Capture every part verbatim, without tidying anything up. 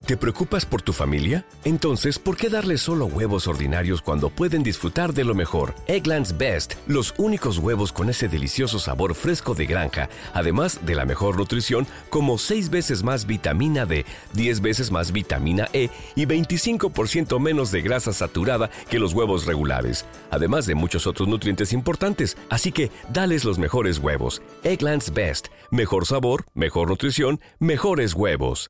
¿Te preocupas por tu familia? Entonces, ¿por qué darles solo huevos ordinarios cuando pueden disfrutar de lo mejor? Eggland's Best, los únicos huevos con ese delicioso sabor fresco de granja, además de la mejor nutrición, como seis veces más vitamina D, diez veces más vitamina E y veinticinco por ciento menos de grasa saturada que los huevos regulares, además de muchos otros nutrientes importantes. Así que, dales los mejores huevos. Eggland's Best, mejor sabor, mejor nutrición, mejores huevos.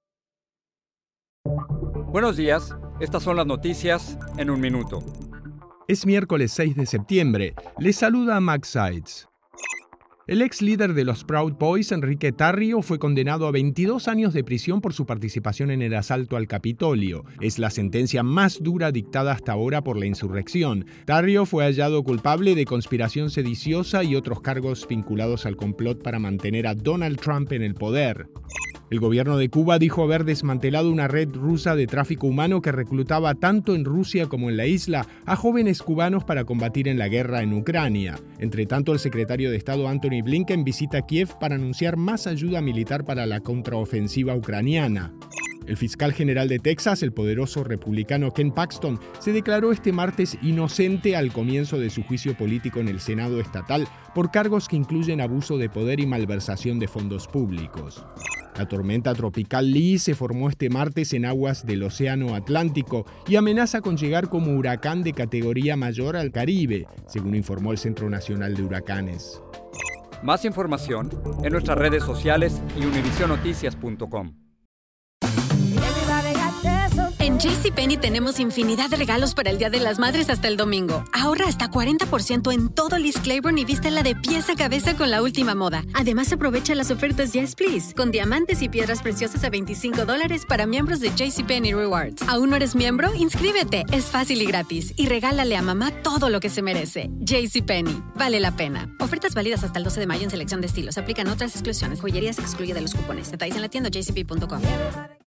Buenos días, estas son las noticias en un minuto. Es miércoles seis de septiembre. Les saluda Max Sides. El ex líder de los Proud Boys, Enrique Tarrio, fue condenado a veintidós años de prisión por su participación en el asalto al Capitolio. Es la sentencia más dura dictada hasta ahora por la insurrección. Tarrio fue hallado culpable de conspiración sediciosa y otros cargos vinculados al complot para mantener a Donald Trump en el poder. El gobierno de Cuba dijo haber desmantelado una red rusa de tráfico humano que reclutaba tanto en Rusia como en la isla a jóvenes cubanos para combatir en la guerra en Ucrania. Entre tanto, el secretario de Estado Antony Blinken visita Kiev para anunciar más ayuda militar para la contraofensiva ucraniana. El fiscal general de Texas, el poderoso republicano Ken Paxton, se declaró este martes inocente al comienzo de su juicio político en el Senado estatal por cargos que incluyen abuso de poder y malversación de fondos públicos. La tormenta tropical Lee se formó este martes en aguas del Océano Atlántico y amenaza con llegar como huracán de categoría mayor al Caribe, según informó el Centro Nacional de Huracanes. Más información en nuestras redes sociales y univision noticias punto com. En JCPenney tenemos infinidad de regalos para el Día de las Madres hasta el domingo. Ahorra hasta cuarenta por ciento en todo Liz Claiborne y vístela de pies a cabeza con la última moda. Además, aprovecha las ofertas Yes Please, con diamantes y piedras preciosas a veinticinco dólares para miembros de JCPenney Rewards. ¿Aún no eres miembro? Inscríbete. Es fácil y gratis. Y regálale a mamá todo lo que se merece. JCPenney. Vale la pena. Ofertas válidas hasta el doce de mayo en selección de estilos. Aplican otras exclusiones. Joyería se excluye de los cupones. Detalles en la tienda j c p punto com.